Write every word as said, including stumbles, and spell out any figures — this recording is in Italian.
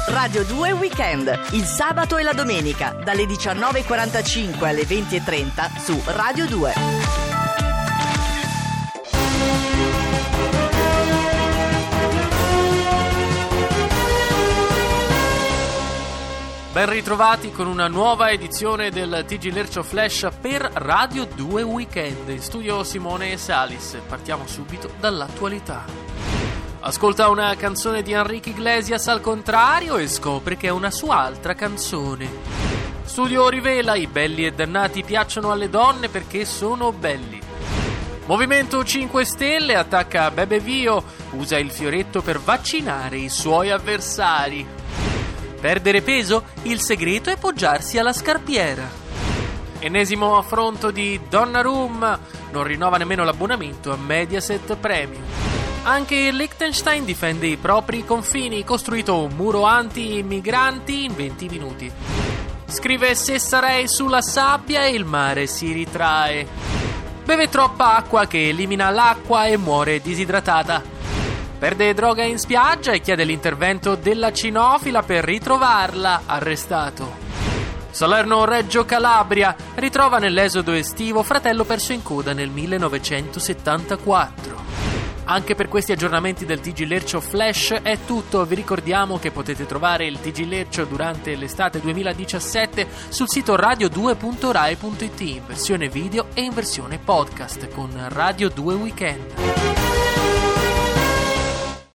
Radio due Weekend, il sabato e la domenica, dalle diciannove e quarantacinque alle venti e trenta su Radio due. Ben ritrovati con una nuova edizione del T G Lercio Flash per Radio due Weekend. In studio Simone e Salis. Partiamo subito dall'attualità. Ascolta una canzone di Enrique Iglesias al contrario e scopre che è una sua altra canzone. Studio rivela: i belli e dannati piacciono alle donne perché sono belli. Movimento cinque Stelle attacca Bebe Vio, usa il fioretto per vaccinare i suoi avversari. Perdere peso? Il segreto è poggiarsi alla scarpiera. Ennesimo affronto di Donnarumma, non rinnova nemmeno l'abbonamento a Mediaset Premium. Anche Liechtenstein difende i propri confini, costruito un muro anti-immigranti in venti minuti. Scrive: se sarei sulla sabbia e il mare si ritrae. Beve troppa acqua che elimina l'acqua e muore disidratata. Perde droga in spiaggia e chiede l'intervento della cinofila per ritrovarla, arrestato. Salerno-Reggio Calabria ritrova nell'esodo estivo fratello perso in coda nel millenovecentosettantaquattro. Anche per questi aggiornamenti del T G Lercio Flash è tutto. Vi ricordiamo che potete trovare il T G Lercio durante l'estate duemiladiciassette sul sito radio due punto rai punto it in versione video e in versione podcast con Radio due Weekend.